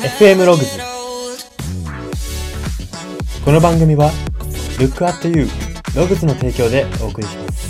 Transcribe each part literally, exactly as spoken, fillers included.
エフエム ログズ。この番組は Look at You ログズの提供でお送りします。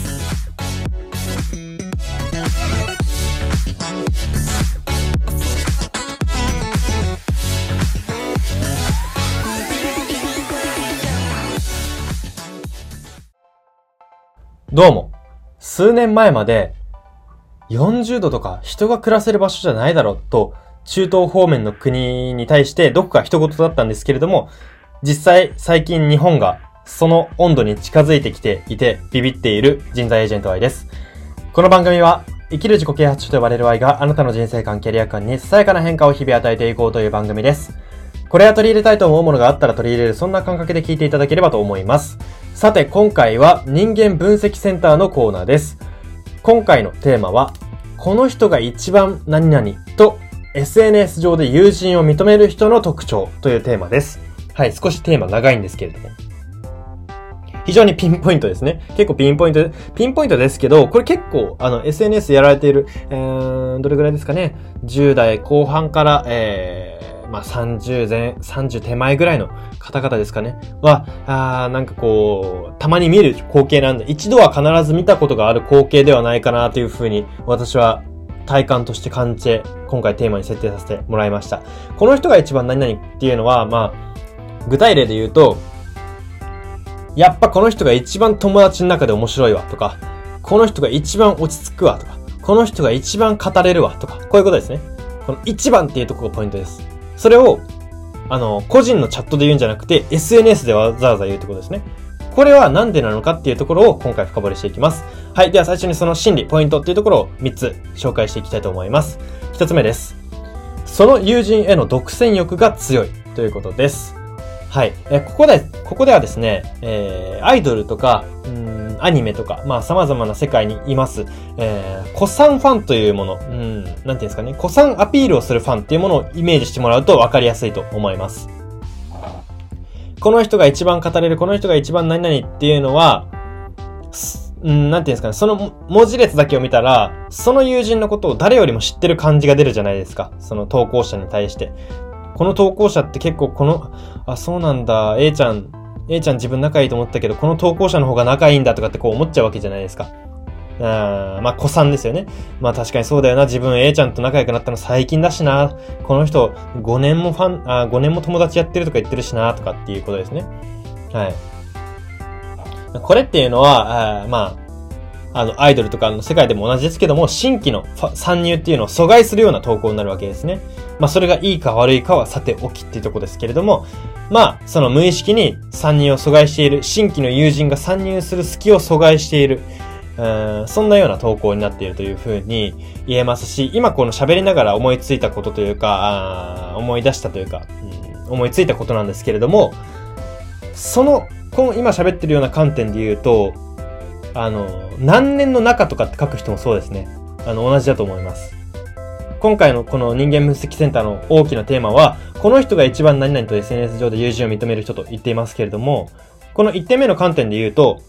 どうも、数年前までよんじゅうどとか人が暮らせる場所じゃないだろうと中東方面の国に対してどこか一言だったんですけれども、実際最近日本がその温度に近づいてきていてビビっている人材エージェント Y です。この番組は生きる自己啓発書と呼ばれる Y があなたの人生観、キャリア観にささやかな変化を日々与えていこうという番組です。これは取り入れたいと思うものがあったら取り入れる、そんな感覚で聞いていただければと思います。さて今回は人間分析センターのコーナーです。今回のテーマはこの人が一番何々と エスエヌエス 上で友人を認める人の特徴というテーマです。はい、少しテーマ長いんですけれども非常にピンポイントですね。結構ピンポイントピンポイントですけど、これ結構あの エスエヌエス やられている、えー、どれぐらいですかね、じゅう代後半からえーまあ、さんじゅう前、さんじゅう手前ぐらいの方々ですかね。は、あなんかこう、たまに見る光景なんで、一度は必ず見たことがある光景ではないかなというふうに、私は体感として感じて、今回テーマに設定させてもらいました。この人が一番何々っていうのは、まあ、具体例で言うと、やっぱこの人が一番友達の中で面白いわとか、この人が一番落ち着くわとか、この人が一番語れるわとか、こういうことですね。この一番っていうところがポイントです。それを、あの、個人のチャットで言うんじゃなくて、エスエヌエス でわざわざ言うってことですね。これはなんでなのかっていうところを今回深掘りしていきます。はい。では最初にその心理、ポイントっていうところをみっつ紹介していきたいと思います。ひとつめです。その友人への独占欲が強いということです。はい。え、ここで、ここではですね、えー、アイドルとか、うーんアニメとか、まあ様々な世界にいます、えー、古参ファンというもの、うん、なんていうんですかね、古参アピールをするファンっていうものをイメージしてもらうと分かりやすいと思います。この人が一番語れる、この人が一番何々っていうのは、うん、なんていうんですかね、その文字列だけを見たら、その友人のことを誰よりも知ってる感じが出るじゃないですか。その投稿者に対して。この投稿者って結構この、あ、そうなんだ、A ちゃん、A ちゃん自分仲いいと思ったけど、この投稿者の方が仲いいんだとかってこう思っちゃうわけじゃないですか。あまあ、古参ですよね。まあ確かにそうだよな。自分 A ちゃんと仲良くなったの最近だしな。この人ごねんもファン、あごねんも友達やってるとか言ってるしな、とかっていうことですね。はい。これっていうのは、あまあ、あの、アイドルとかの世界でも同じですけども、新規の参入っていうのを阻害するような投稿になるわけですね。まあ、それがいいか悪いかはさておきっていうところですけれども、まあ、その無意識に参入を阻害している、新規の友人が参入する隙を阻害している、うーんそんなような投稿になっているというふうに言えますし、今この喋りながら思いついたことというか、あ思い出したというか、うん、思いついたことなんですけれども、その、この今喋ってるような観点で言うと、あの、何年の中とかって書く人もそうですね。あの、同じだと思います。今回のこの人間分析センターの大きなテーマは、この人が一番何々と エスエヌエス 上で友人を認める人と言っていますけれども、このいってんめの観点で言うと、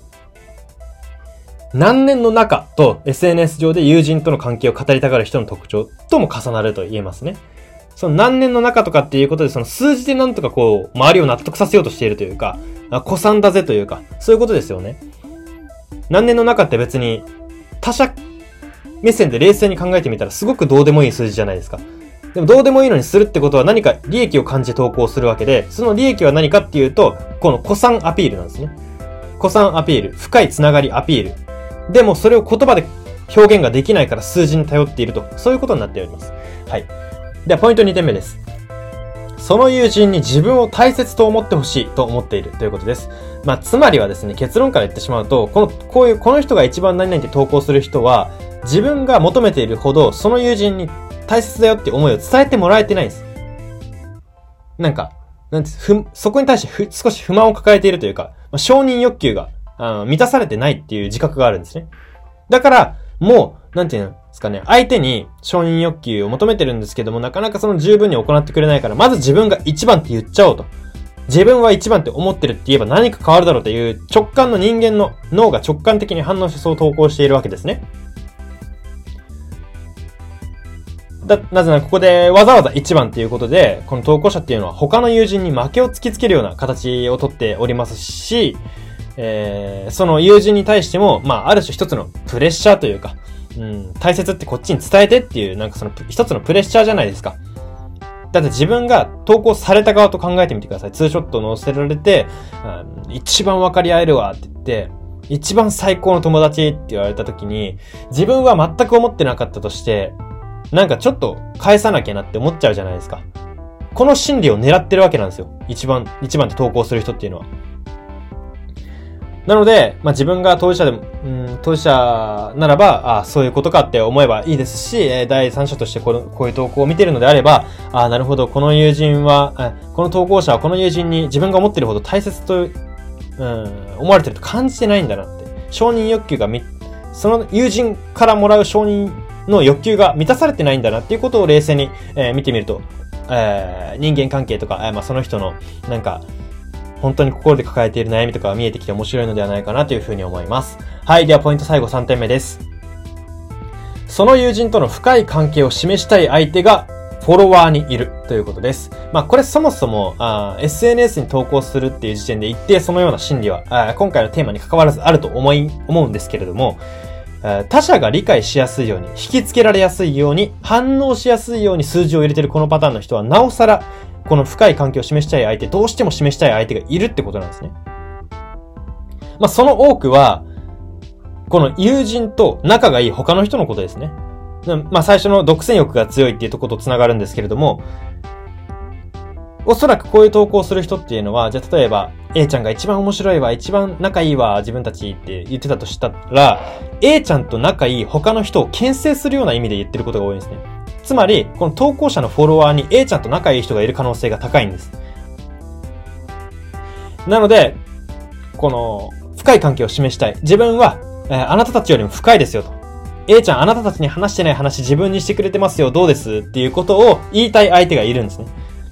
何年の中と エスエヌエス 上で友人との関係を語りたがる人の特徴とも重なると言えますね。その何年の中とかっていうことで、その数字でなんとかこう、周りを納得させようとしているというか、古参だぜというか、そういうことですよね。何年の中って別に他者目線で冷静に考えてみたらすごくどうでもいい数字じゃないですか。でもどうでもいいのにするってことは何か利益を感じて投稿するわけで、その利益は何かっていうと、この古参アピールなんですね。古参アピール、深いつながりアピール。でもそれを言葉で表現ができないから数字に頼っていると、そういうことになっております。はい。ではポイントにてんめです。その友人に自分を大切と思ってほしいと思っているということです。まあ、つまりはですね、結論から言ってしまうと、この、こういう、この人が一番何々って投稿する人は、自分が求めているほど、その友人に大切だよっていう思いを伝えてもらえてないんです。なんか、なんて、ふ、そこに対してふ少し不満を抱えているというか、まあ、承認欲求があの満たされてないっていう自覚があるんですね。だから、もう、なんていうんですかね、相手に承認欲求を求めてるんですけども、なかなかその十分に行ってくれないから、まず自分が一番って言っちゃおうと。自分は一番って思ってるって言えば何か変わるだろうという直感の人間の脳が直感的に反応してそう投稿しているわけですね。 だ、なぜならここでわざわざ一番っていうことで、この投稿者っていうのは他の友人に負けを突きつけるような形をとっておりますし、えー、その友人に対しても、まあ、ある種一つのプレッシャーというか、うん、大切ってこっちに伝えてっていう、なんかその一つのプレッシャーじゃないですか。だって自分が投稿された側と考えてみてください。ツーショット載せられて、うん、一番分かり合えるわって言って、一番最高の友達って言われた時に、自分は全く思ってなかったとして、なんかちょっと返さなきゃなって思っちゃうじゃないですか。この心理を狙ってるわけなんですよ。一番、一番で投稿する人っていうのは。なので、まあ、自分が当事者でも、うん、当事者ならば、あそういうことかって思えばいいですし、えー、第三者としてこの、こういう投稿を見てるのであれば、あなるほど、この友人は、この投稿者はこの友人に自分が思ってるほど大切と、うん、思われてると感じてないんだなって。承認欲求がみ、その友人からもらう承認の欲求が満たされてないんだなっていうことを冷静に、えー、見てみると、えー、人間関係とか、えー、まあ、その人の、なんか、本当に心で抱えている悩みとかが見えてきて面白いのではないかなというふうに思います。はい。ではポイント最後さんてんめです。その友人との深い関係を示したい相手がフォロワーにいるということです。まあこれそもそもあ エスエヌエス に投稿するっていう時点で一定そのような心理はあ今回のテーマに関わらずあると思い、思うんですけれども、他者が理解しやすいように、引きつけられやすいように、反応しやすいように数字を入れているこのパターンの人はなおさらこの深い関係を示したい相手、どうしても示したい相手がいるってことなんですね。まあ、その多くは、この友人と仲がいい他の人のことですね。まあ、最初の独占欲が強いっていうところと繋がるんですけれども、おそらくこういう投稿をする人っていうのは、じゃあ例えば、A ちゃんが一番面白いわ、一番仲いいわ、自分たちって言ってたとしたら、A ちゃんと仲いい他の人を牽制するような意味で言ってることが多いんですね。つまり、この投稿者のフォロワーに A ちゃんと仲いい人がいる可能性が高いんです。なので、この、深い関係を示したい。自分は、えー、あなたたちよりも深いですよと。A ちゃん、あなたたちに話してない話自分にしてくれてますよ、どうですっていうことを言いたい相手がいるんですね。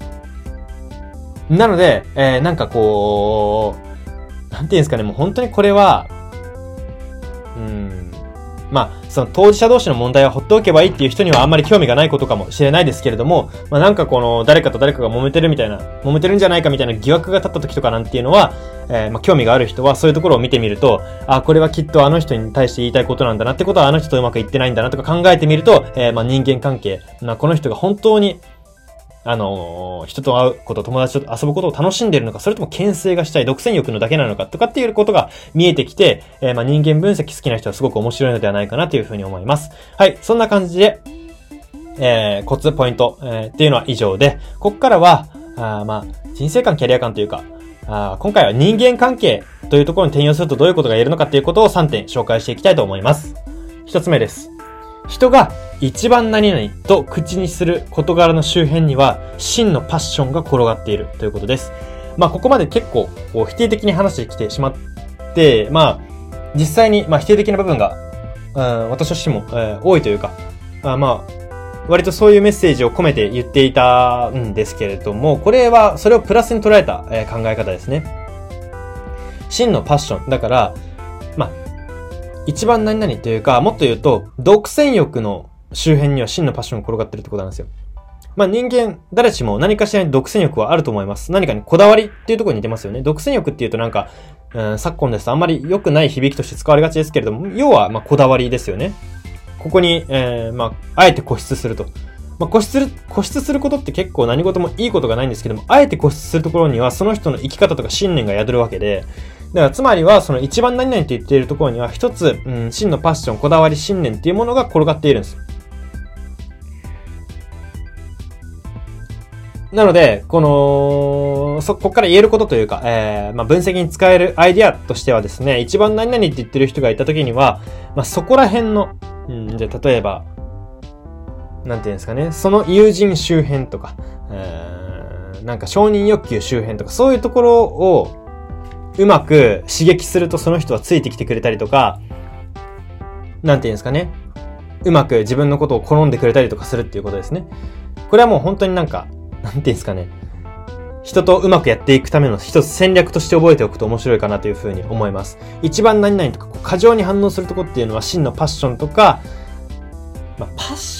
なので、えー、なんかこう、なんていうんですかね、もう本当にこれは、うーん、まあ、その当事者同士の問題は放っておけばいいっていう人にはあんまり興味がないことかもしれないですけれども、まあなんかこの誰かと誰かが揉めてるみたいな、揉めてるんじゃないかみたいな疑惑が立った時とかなんていうのは、えー、まあ興味がある人はそういうところを見てみると、あ、これはきっとあの人に対して言いたいことなんだなってことはあの人とうまくいってないんだなとか考えてみると、えー、まあ人間関係、まあこの人が本当にあのー、人と会うこと、友達と遊ぶことを楽しんでいるのか、それとも牽制がしたい、独占欲のだけなのか、とかっていうことが見えてきて、えー、まあ人間分析好きな人はすごく面白いのではないかなというふうに思います。はい、そんな感じで、えー、コツ、ポイント、えー、っていうのは以上で、ここからは、あまあ、人生観、キャリア観というか、あ今回は人間関係というところに転用するとどういうことが言えるのかっていうことをさんてん紹介していきたいと思います。ひとつめです。人が一番何々と口にする事柄の周辺には真のパッションが転がっているということです。まあここまで結構こう否定的に話してきてしまって、まあ実際にまあ否定的な部分が、うん、私としても、えー、多いというか、あまあ割とそういうメッセージを込めて言っていたんですけれども、これはそれをプラスに捉えた、えー、考え方ですね。真のパッションだからまあ一番何々というか、もっと言うと、独占欲の周辺には真のパッションが転がってるってことなんですよ。まあ人間、誰しも何かしらに独占欲はあると思います。何かにこだわりっていうところに似てますよね。独占欲っていうとなんか、うん、昨今ですとあんまり良くない響きとして使われがちですけれども、要はまあこだわりですよね。ここに、えー、まあ、あえて固執すると。まあ固執する、固執することって結構何事もいいことがないんですけども、あえて固執するところにはその人の生き方とか信念が宿るわけで、だからつまりはその一番何々と言っているところには一つ、うん、真のパッション、こだわり、信念っていうものが転がっているんです。なので、この、そこから言えることというか、えー、まあ分析に使えるアイディアとしてはですね、一番何々って言ってる人がいたときには、まあそこら辺の、うん、じゃあ例えば、なんていうんですかね、その友人周辺とか、えー、なんか承認欲求周辺とか、そういうところを、うまく刺激するとその人はついてきてくれたりとか、なんていうんですかね。うまく自分のことを好んでくれたりとかするっていうことですね。これはもう本当になんか、なんていうんですかね。人とうまくやっていくための一つ戦略として覚えておくと面白いかなというふうに思います。一番何々とか、過剰に反応するとこっていうのは真のパッションとか、まあ、パッション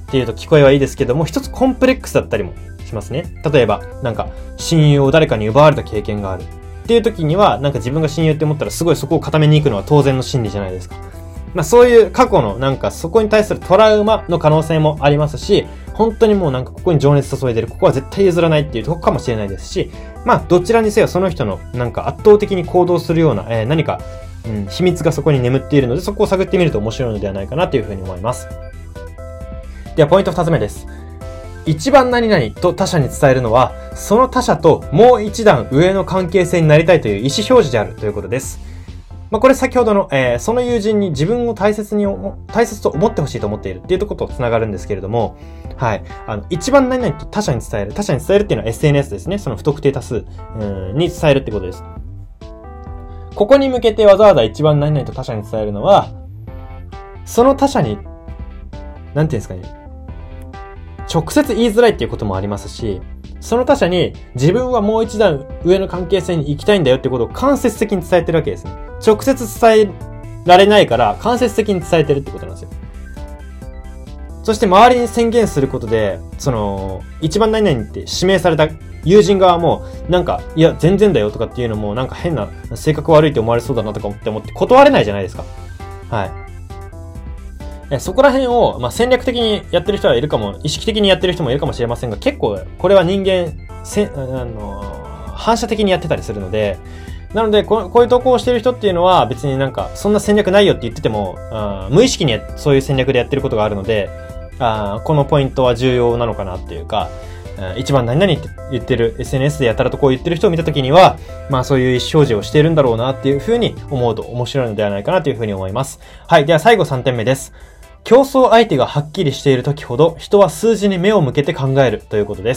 っていうと聞こえはいいですけども、一つコンプレックスだったりもしますね。例えば、なんか、親友を誰かに奪われた経験があるっていう時には、なんか自分が親友って思ったらすごいそこを固めに行くのは当然の心理じゃないですか。まあそういう過去のなんかそこに対するトラウマの可能性もありますし、本当にもうなんかここに情熱注いでる、ここは絶対譲らないっていうところかもしれないですし、まあどちらにせよその人のなんか圧倒的に行動するような、えー、何か、うん、秘密がそこに眠っているので、そこを探ってみると面白いのではないかなというふうに思います。ではポイント二つ目です。一番何々と他者に伝えるのは、その他者ともう一段上の関係性になりたいという意思表示であるということです。まあ、これ先ほどの、えー、その友人に自分を大切に、大切と思ってほしいと思っているっていうところと繋がるんですけれども、はい。あの、一番何々と他者に伝える。他者に伝えるっていうのは エスエヌエス ですね。その不特定多数、うん、に伝えるってことです。ここに向けてわざわざ一番何々と他者に伝えるのは、その他者に、なんていうんですかね。直接言いづらいっていうこともありますし、その他者に自分はもう一段上の関係性に行きたいんだよってことを間接的に伝えてるわけですね。直接伝えられないから間接的に伝えてるってことなんですよ。そして周りに宣言することで、その、一番何々って指名された友人側も、なんか、いや、全然だよとかっていうのも、なんか変な性格悪いって思われそうだなとかって思って断れないじゃないですか。はい。そこら辺を、まあ、戦略的にやってる人はいるかも、意識的にやってる人もいるかもしれませんが、結構、これは人間、せ、あの、反射的にやってたりするので、なのでこ、こういう投稿をしてる人っていうのは、別になんか、そんな戦略ないよって言ってても、あ無意識にそういう戦略でやってることがあるので、あこのポイントは重要なのかなっていうか、一番何々って言ってる エスエヌエス でやたらとこう言ってる人を見たときには、まあそういう意思表示をしているんだろうなっていうふうに思うと面白いのではないかなというふうに思います。はい。では最後さんてんめです。競争相手がはっきりしているときほど人は数字に目を向けて考えるということです。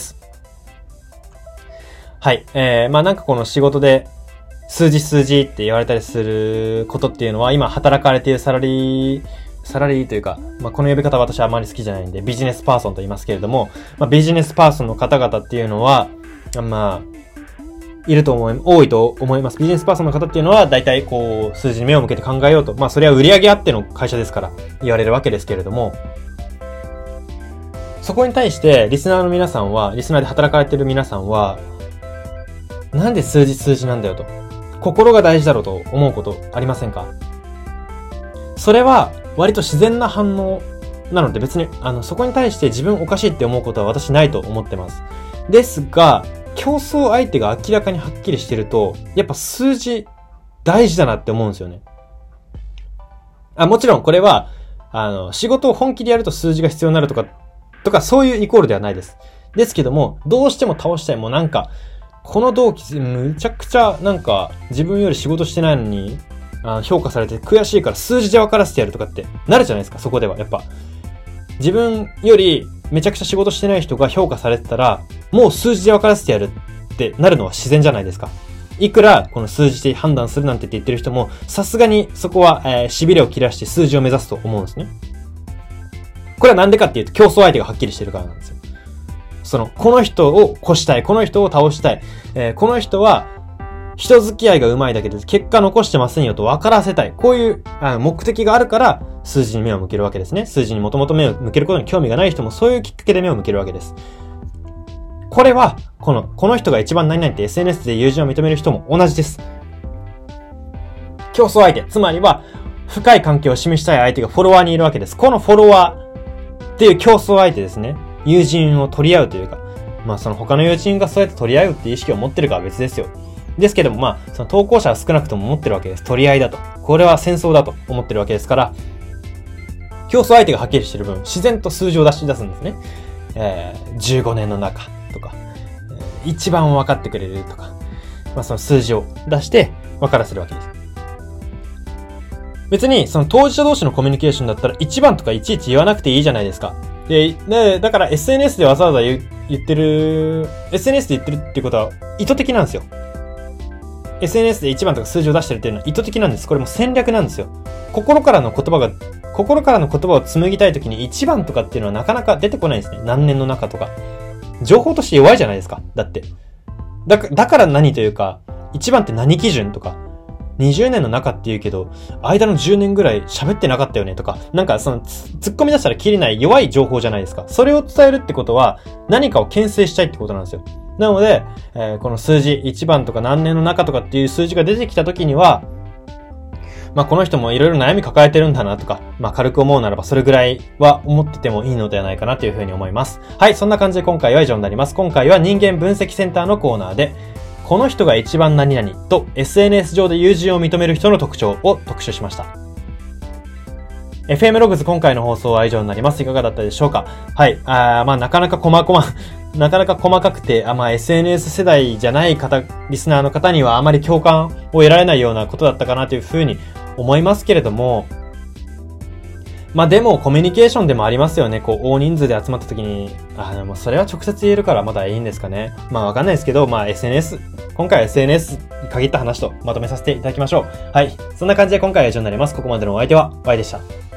はい。えー、まあなんかこの仕事で数字数字って言われたりすることっていうのは今働かれているサラリー、サラリーというか、まあこの呼び方は私はあまり好きじゃないんでビジネスパーソンと言いますけれども、まあビジネスパーソンの方々っていうのは、まあ、いると思い、多いと思います。ビジネスパーソンの方っていうのは、大体こう、数字に目を向けて考えようと。まあ、それは売り上げあっての会社ですから、言われるわけですけれども、そこに対して、リスナーの皆さんは、リスナーで働かれている皆さんは、なんで数字数字なんだよと。心が大事だろうと思うことありませんか？それは、割と自然な反応なので、別に、あの、そこに対して自分おかしいって思うことは私ないと思ってます。ですが、競争相手が明らかにはっきりしてると、やっぱ数字大事だなって思うんですよね。あ、もちろんこれは、あの、仕事を本気でやると数字が必要になるとか、とかそういうイコールではないです。ですけども、どうしても倒したい。もうなんか、この同期、むちゃくちゃなんか自分より仕事してないのに、あ評価されて悔しいから数字で分からせてやるとかってなるじゃないですか、そこでは。やっぱ。自分よりめちゃくちゃ仕事してない人が評価されてたら、もう数字で分からせてやるってなるのは自然じゃないですか。いくらこの数字で判断するなんてって言ってる人も、さすがにそこは、えー、痺れを切らして数字を目指すと思うんですね。これはなんでかっていうと、競争相手がはっきりしてるからなんですよ。その、この人を越したい、この人を倒したい、えー、この人は人付き合いが上手いだけで結果残してませんよと分からせたい。こういうあ目的があるから数字に目を向けるわけですね。数字にもともと目を向けることに興味がない人もそういうきっかけで目を向けるわけです。これは、この、この人が一番何々って エスエヌエス で友人を認める人も同じです。競争相手、つまりは深い関係を示したい相手がフォロワーにいるわけです。このフォロワーっていう競争相手ですね。友人を取り合うというか、まあその他の友人がそうやって取り合うっていう意識を持ってるかは別ですよ。ですけども、まあ、その投稿者は少なくとも持ってるわけです。取り合いだと。これは戦争だと思ってるわけですから、競争相手がはっきりしてる分、自然と数字を出し出すんですね。えー、じゅうごねんの中とか、えー、一番分かってくれるとか、まあその数字を出して分からせるわけです。別に、その当事者同士のコミュニケーションだったら一番とかいちいち言わなくていいじゃないですか。で、でだから エスエヌエス でわざわざ言う、言ってる、エスエヌエス で言ってるっていうことは意図的なんですよ。エスエヌエス で一番とか数字を出してるっていうのは意図的なんです。これも戦略なんですよ。心からの言葉が、心からの言葉を紡ぎたいときに一番とかっていうのはなかなか出てこないんですね。何年の中とか。情報として弱いじゃないですか。だって。だか、だから何というか、一番って何基準とか、 にじゅうねんの中って言うけど、間のじゅうねんぐらい喋ってなかったよねとか、なんかその突っ込み出したら切れない弱い情報じゃないですか。それを伝えるってことは何かを牽制したいってことなんですよ。なので、えー、この数字いちばんとか何年の中とかっていう数字が出てきた時には、まあこの人もいろいろ悩み抱えてるんだなとか、まあ軽く思うならばそれぐらいは思っててもいいのではないかなというふうに思います。はい、そんな感じで今回は以上になります。今回は人間分析センターのコーナーで、この人が一番何々と エスエヌエス 上で友人を認める人の特徴を特集しました。エフエム ログズ今回の放送は以上になります。いかがだったでしょうか？はい、あーまあなかなか細々、なかなか細かくて、あまあ エスエヌエス 世代じゃない方、リスナーの方にはあまり共感を得られないようなことだったかなというふうに思いますけれども、まあでもコミュニケーションでもありますよね。こう大人数で集まった時に、あでもそれは直接言えるからまだいいんですかね。まあわかんないですけど、まあ エスエヌエス、今回は エスエヌエス に限った話とまとめさせていただきましょう。はい。そんな感じで今回は以上になります。ここまでのお相手は、Y でした。